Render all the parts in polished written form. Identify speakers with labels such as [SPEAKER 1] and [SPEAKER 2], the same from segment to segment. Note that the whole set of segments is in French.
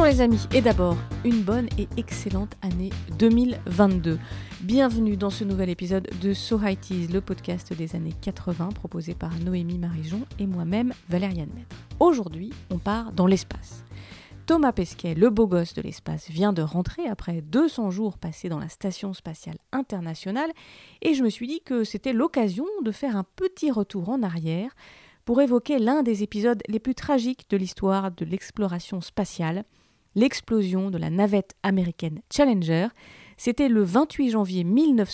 [SPEAKER 1] Bonjour les amis, et d'abord, une bonne et excellente année 2022. Bienvenue dans ce nouvel épisode de So High Teas, le podcast des années 80 proposé par Noémie Marijon et moi-même Valériane Maître. Aujourd'hui, on part dans l'espace. Thomas Pesquet, le beau gosse de l'espace, vient de rentrer après 200 jours passés dans la Station spatiale internationale et je me suis dit que c'était l'occasion de faire un petit retour en arrière pour évoquer l'un des épisodes les plus tragiques de l'histoire de l'exploration spatiale, l'explosion de la navette américaine Challenger. C'était le 28 janvier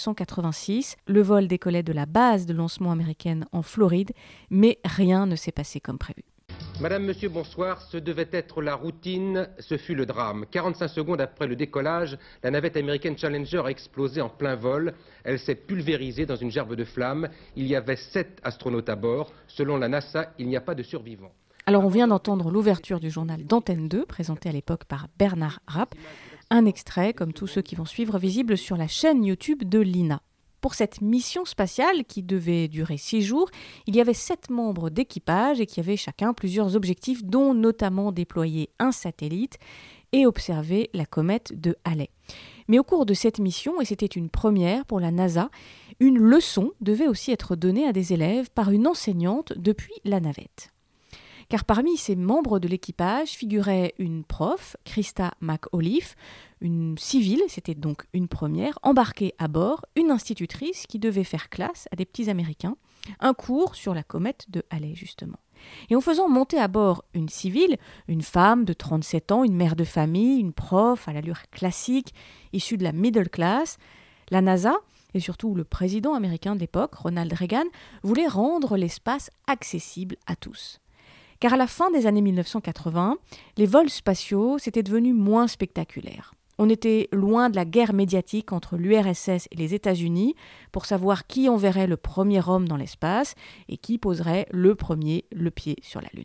[SPEAKER 1] 1986, le vol décollait de la base de lancement américaine en Floride, mais rien ne s'est passé comme prévu.
[SPEAKER 2] Madame, monsieur, bonsoir. Ce devait être la routine, ce fut le drame. 45 secondes après le décollage, la navette américaine Challenger a explosé en plein vol. Elle s'est pulvérisée dans une gerbe de flammes. Il y avait 7 astronautes à bord. Selon la NASA, il n'y a pas de survivants.
[SPEAKER 1] Alors on vient d'entendre l'ouverture du journal d'Antenne 2, présenté à l'époque par Bernard Rapp. Un extrait, comme tous ceux qui vont suivre, visible sur la chaîne YouTube de l'INA. Pour cette mission spatiale, qui devait durer 6 jours, il y avait 7 membres d'équipage et qui avaient chacun plusieurs objectifs, dont notamment déployer un satellite et observer la comète de Halley. Mais au cours de cette mission, et c'était une première pour la NASA, une leçon devait aussi être donnée à des élèves par une enseignante depuis la navette. Car parmi ces membres de l'équipage figurait une prof, Christa McAuliffe, une civile, c'était donc une première, embarquée à bord, une institutrice qui devait faire classe à des petits Américains, un cours sur la comète de Halley justement. Et en faisant monter à bord une civile, une femme de 37 ans, une mère de famille, une prof à l'allure classique, issue de la middle class, la NASA, et surtout le président américain de l'époque, Ronald Reagan, voulait rendre l'espace accessible à tous. Car à la fin des années 1980, les vols spatiaux, c'était devenu moins spectaculaire. On était loin de la guerre médiatique entre l'URSS et les États-Unis pour savoir qui enverrait le premier homme dans l'espace et qui poserait le premier le pied sur la Lune.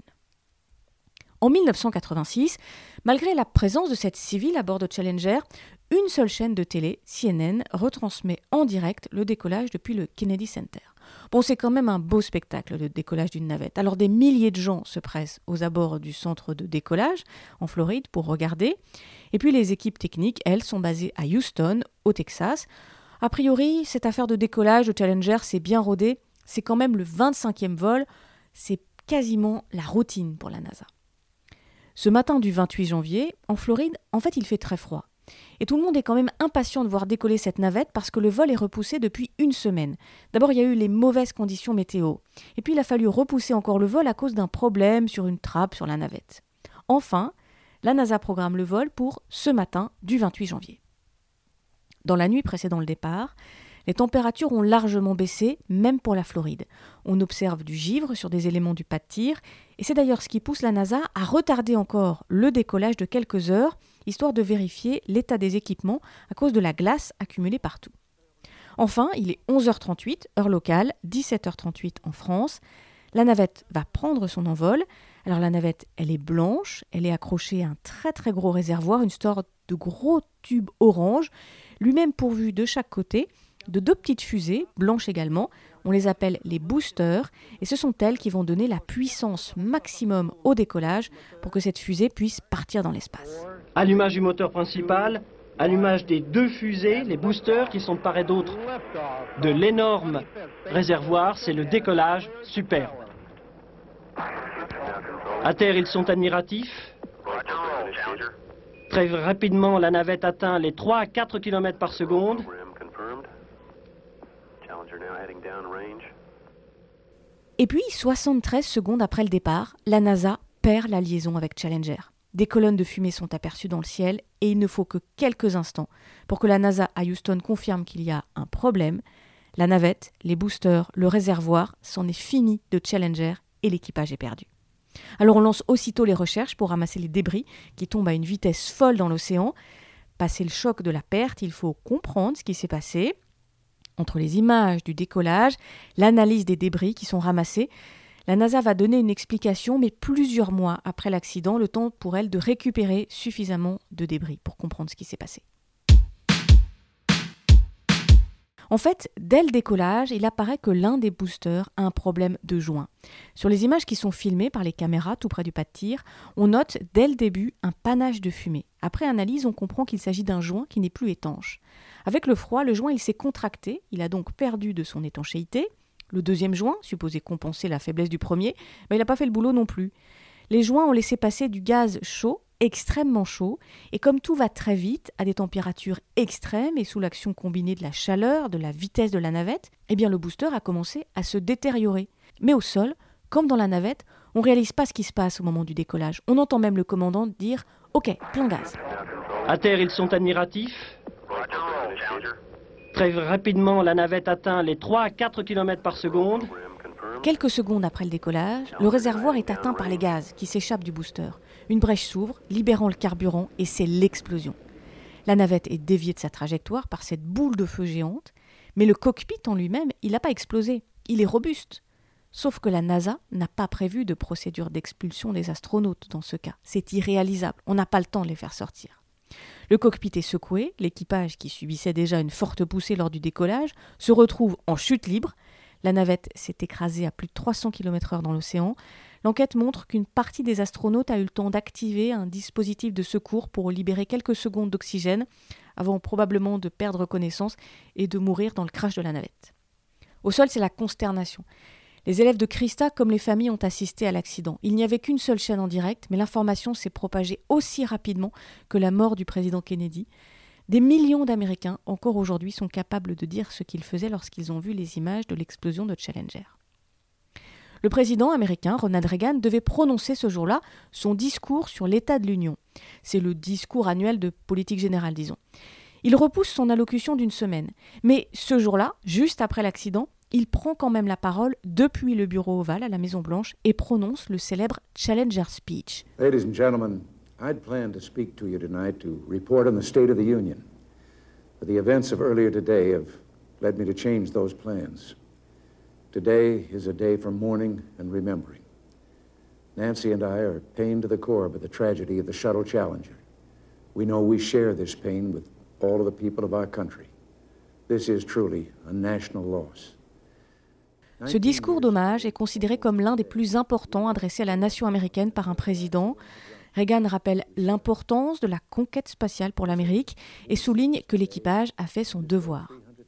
[SPEAKER 1] En 1986, malgré la présence de cette civile à bord de Challenger, une seule chaîne de télé, CNN, retransmet en direct le décollage depuis le Kennedy Center. Bon, c'est quand même un beau spectacle, le décollage d'une navette. Alors des milliers de gens se pressent aux abords du centre de décollage en Floride pour regarder. Et puis les équipes techniques, elles, sont basées à Houston, au Texas. A priori, cette affaire de décollage de Challenger, c'est bien rodé. C'est quand même le 25e vol. C'est quasiment la routine pour la NASA. Ce matin du 28 janvier, en Floride, en fait, il fait très froid. Et tout le monde est quand même impatient de voir décoller cette navette parce que le vol est repoussé depuis une semaine. D'abord, il y a eu les mauvaises conditions météo. Et puis, il a fallu repousser encore le vol à cause d'un problème sur une trappe sur la navette. Enfin, la NASA programme le vol pour ce matin du 28 janvier. Dans la nuit précédant le départ, les températures ont largement baissé, même pour la Floride. On observe du givre sur des éléments du pas de tir, et c'est d'ailleurs ce qui pousse la NASA à retarder encore le décollage de quelques heures, histoire de vérifier l'état des équipements à cause de la glace accumulée partout. Enfin, il est 11h38, heure locale, 17h38 en France. La navette va prendre son envol. Alors la navette, elle est blanche, elle est accrochée à un très très gros réservoir, une sorte de gros tube orange, lui-même pourvu de chaque côté de 2 petites fusées, blanches également. On les appelle les boosters et ce sont elles qui vont donner la puissance maximum au décollage pour que cette fusée puisse partir dans l'espace.
[SPEAKER 3] Allumage du moteur principal, allumage des 2 fusées, les boosters qui sont de part et d'autre de l'énorme réservoir, c'est le décollage superbe. À terre, ils sont admiratifs. Très rapidement, la navette atteint les 3 à 4 km par seconde.
[SPEAKER 1] Et puis, 73 secondes après le départ, la NASA perd la liaison avec Challenger. Des colonnes de fumée sont aperçues dans le ciel et il ne faut que quelques instants pour que la NASA à Houston confirme qu'il y a un problème. La navette, les boosters, le réservoir, c'en est fini de Challenger et l'équipage est perdu. Alors on lance aussitôt les recherches pour ramasser les débris qui tombent à une vitesse folle dans l'océan. Passé le choc de la perte, il faut comprendre ce qui s'est passé. Entre les images du décollage, l'analyse des débris qui sont ramassés, la NASA va donner une explication, mais plusieurs mois après l'accident, le temps pour elle de récupérer suffisamment de débris pour comprendre ce qui s'est passé. En fait, dès le décollage, il apparaît que l'un des boosters a un problème de joint. Sur les images qui sont filmées par les caméras tout près du pas de tir, on note dès le début un panache de fumée. Après analyse, on comprend qu'il s'agit d'un joint qui n'est plus étanche. Avec le froid, le joint il s'est contracté, il a donc perdu de son étanchéité. Le deuxième joint, supposé compenser la faiblesse du premier, il n'a pas fait le boulot non plus. Les joints ont laissé passer du gaz chaud, extrêmement chaud, et comme tout va très vite, à des températures extrêmes et sous l'action combinée de la chaleur, de la vitesse de la navette, le booster a commencé à se détériorer. Mais au sol, comme dans la navette, on ne réalise pas ce qui se passe au moment du décollage. On entend même le commandant dire « Ok, plein gaz ».
[SPEAKER 3] À terre, ils sont admiratifs. Très rapidement, la navette atteint les 3 à 4 km par seconde.
[SPEAKER 1] Quelques secondes après le décollage, le réservoir est atteint par les gaz qui s'échappent du booster. Une brèche s'ouvre, libérant le carburant, et c'est l'explosion. La navette est déviée de sa trajectoire par cette boule de feu géante, mais le cockpit en lui-même, il n'a pas explosé. Il est robuste. Sauf que la NASA n'a pas prévu de procédure d'expulsion des astronautes dans ce cas. C'est irréalisable, on n'a pas le temps de les faire sortir. Le cockpit est secoué, l'équipage qui subissait déjà une forte poussée lors du décollage se retrouve en chute libre. La navette s'est écrasée à plus de 300 km/h dans l'océan. L'enquête montre qu'une partie des astronautes a eu le temps d'activer un dispositif de secours pour libérer quelques secondes d'oxygène avant probablement de perdre connaissance et de mourir dans le crash de la navette. Au sol, c'est la consternation. Les élèves de Christa comme les familles ont assisté à l'accident. Il n'y avait qu'une seule chaîne en direct, mais l'information s'est propagée aussi rapidement que la mort du président Kennedy. Des millions d'Américains, encore aujourd'hui, sont capables de dire ce qu'ils faisaient lorsqu'ils ont vu les images de l'explosion de Challenger. Le président américain, Ronald Reagan, devait prononcer ce jour-là son discours sur l'état de l'Union. C'est le discours annuel de politique générale, disons. Il repousse son allocution d'une semaine. Mais ce jour-là, juste après l'accident, il prend quand même la parole depuis le bureau ovale à la Maison-Blanche et prononce le célèbre Challenger Speech.
[SPEAKER 4] Ladies and gentlemen, I'd planned to speak to you tonight to report on the State of the Union. But the events of earlier today have led me to change those plans. Today is a day for mourning and remembering. Nancy and I are pained to the core by the tragedy of the Shuttle Challenger. We know we share this pain with all of the people of our country. This is truly a national loss.
[SPEAKER 1] Ce discours d'hommage est considéré comme l'un des plus importants adressés à la nation américaine par un président. Reagan rappelle l'importance de la conquête spatiale pour l'Amérique et souligne que l'équipage a fait son devoir.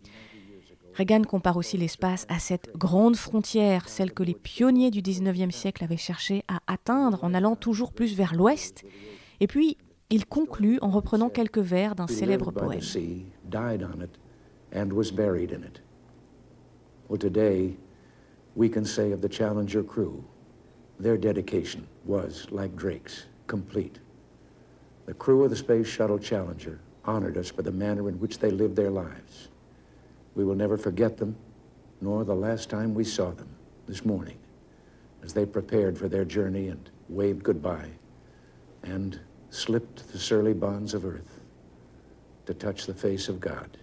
[SPEAKER 1] Reagan compare aussi l'espace à cette grande frontière, celle que les pionniers du 19e siècle avaient cherché à atteindre en allant toujours plus vers l'ouest. Et puis, il conclut en reprenant quelques vers d'un célèbre poème.
[SPEAKER 4] We can say of the Challenger crew, their dedication was, like Drake's, complete. The crew of the Space Shuttle Challenger honored us for the manner in which they lived their lives. We will never forget them, nor the last time we saw them, this morning, as they prepared for their journey and waved goodbye, and slipped the surly bonds of earth to touch the face of God.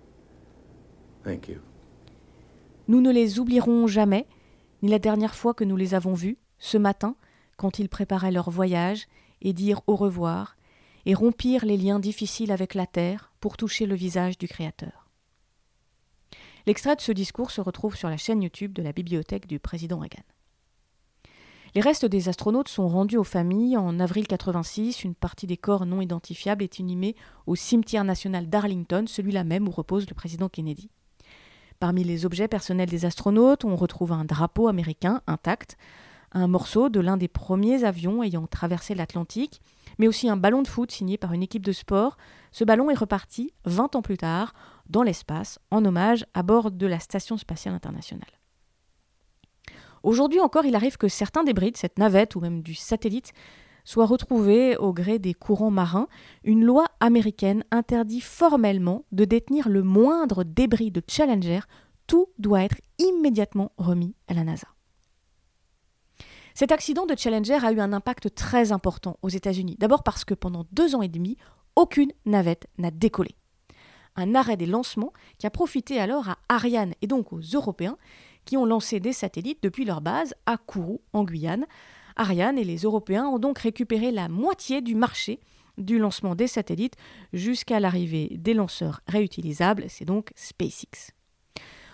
[SPEAKER 4] Thank you.
[SPEAKER 1] Nous ne les oublierons jamais, ni la dernière fois que nous les avons vus, ce matin, quand ils préparaient leur voyage, et dirent au revoir, et rompirent les liens difficiles avec la terre pour toucher le visage du Créateur. L'extrait de ce discours se retrouve sur la chaîne YouTube de la bibliothèque du président Reagan. Les restes des astronautes sont rendus aux familles. En avril 86, une partie des corps non identifiables est inhumée au cimetière national d'Arlington, celui-là même où repose le président Kennedy. Parmi les objets personnels des astronautes, on retrouve un drapeau américain intact, un morceau de l'un des premiers avions ayant traversé l'Atlantique, mais aussi un ballon de foot signé par une équipe de sport. Ce ballon est reparti 20 ans plus tard dans l'espace en hommage à bord de la Station spatiale internationale. Aujourd'hui encore, il arrive que certains débris de cette navette ou même du satellite soient retrouvés au gré des courants marins. Une loi américaine interdit formellement de détenir le moindre débris de Challenger. Tout doit être immédiatement remis à la NASA. Cet accident de Challenger a eu un impact très important aux États-Unis. D'abord parce que pendant 2 ans et demi, aucune navette n'a décollé. Un arrêt des lancements qui a profité alors à Ariane et donc aux Européens qui ont lancé des satellites depuis leur base à Kourou en Guyane. Ariane et les Européens ont donc récupéré la moitié du marché du lancement des satellites jusqu'à l'arrivée des lanceurs réutilisables, c'est donc SpaceX.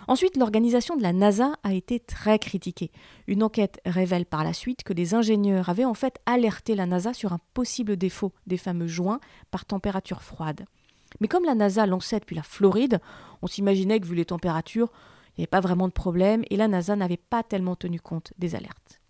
[SPEAKER 1] Ensuite, l'organisation de la NASA a été très critiquée. Une enquête révèle par la suite que des ingénieurs avaient en fait alerté la NASA sur un possible défaut des fameux joints par température froide. Mais comme la NASA lançait depuis la Floride, on s'imaginait que vu les températures, il n'y avait pas vraiment de problème et la NASA n'avait pas tellement tenu compte des alertes.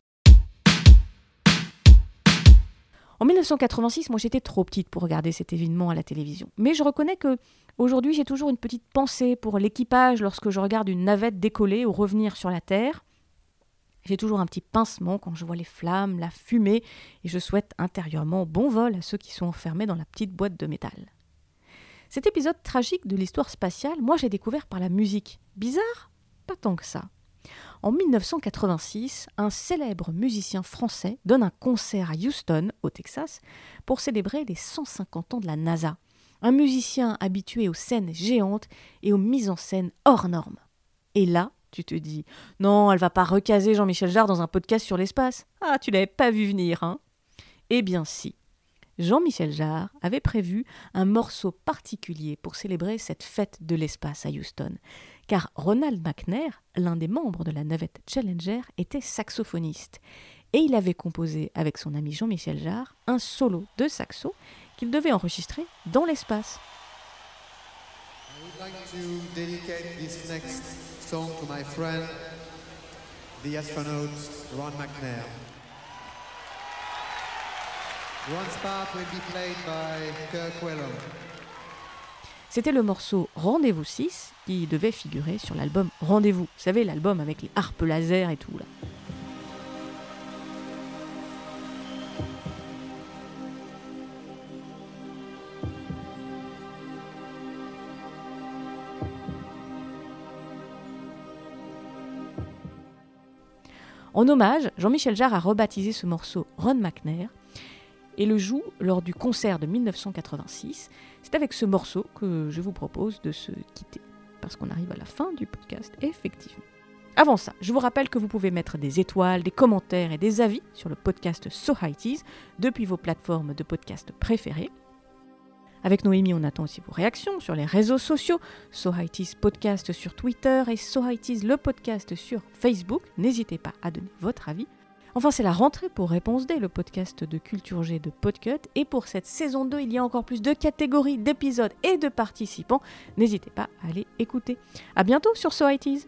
[SPEAKER 1] En 1986, moi j'étais trop petite pour regarder cet événement à la télévision. Mais je reconnais que aujourd'hui j'ai toujours une petite pensée pour l'équipage lorsque je regarde une navette décoller ou revenir sur la Terre. J'ai toujours un petit pincement quand je vois les flammes, la fumée, et je souhaite intérieurement bon vol à ceux qui sont enfermés dans la petite boîte de métal. Cet épisode tragique de l'histoire spatiale, moi j'ai découvert par la musique. Bizarre ? Pas tant que ça. En 1986, un célèbre musicien français donne un concert à Houston, au Texas, pour célébrer les 150 ans de la NASA. Un musicien habitué aux scènes géantes et aux mises en scène hors normes. Et là, tu te dis, non, elle va pas recaser Jean-Michel Jarre dans un podcast sur l'espace. Ah, tu l'avais pas vu venir, hein ? Eh bien si. Jean-Michel Jarre avait prévu un morceau particulier pour célébrer cette fête de l'espace à Houston, car Ronald McNair, l'un des membres de la navette Challenger, était saxophoniste, et il avait composé avec son ami Jean-Michel Jarre un solo de saxo qu'il devait enregistrer dans l'espace.
[SPEAKER 5] I would like to dedicate this next song to my friend, the astronaut Ron McNair. Ron's part will be played by Kirk Whelan.
[SPEAKER 1] C'était le morceau Rendez-vous 6 qui devait figurer sur l'album Rendez-vous. Vous savez, l'album avec les harpes laser et tout là. En hommage, Jean-Michel Jarre a rebaptisé ce morceau Ron McNair et le joue lors du concert de 1986. C'est avec ce morceau que je vous propose de se quitter, parce qu'on arrive à la fin du podcast, effectivement. Avant ça, je vous rappelle que vous pouvez mettre des étoiles, des commentaires et des avis sur le podcast So High Teas depuis vos plateformes de podcast préférées. Avec Noémie, on attend aussi vos réactions sur les réseaux sociaux, So High Teas Podcast sur Twitter et So High Teas le podcast sur Facebook. N'hésitez pas à donner votre avis. Enfin, c'est la rentrée pour Réponse D, le podcast de Culture G de Podcut. Et pour cette saison 2, il y a encore plus de catégories, d'épisodes et de participants. N'hésitez pas à aller écouter. À bientôt sur So High Teas.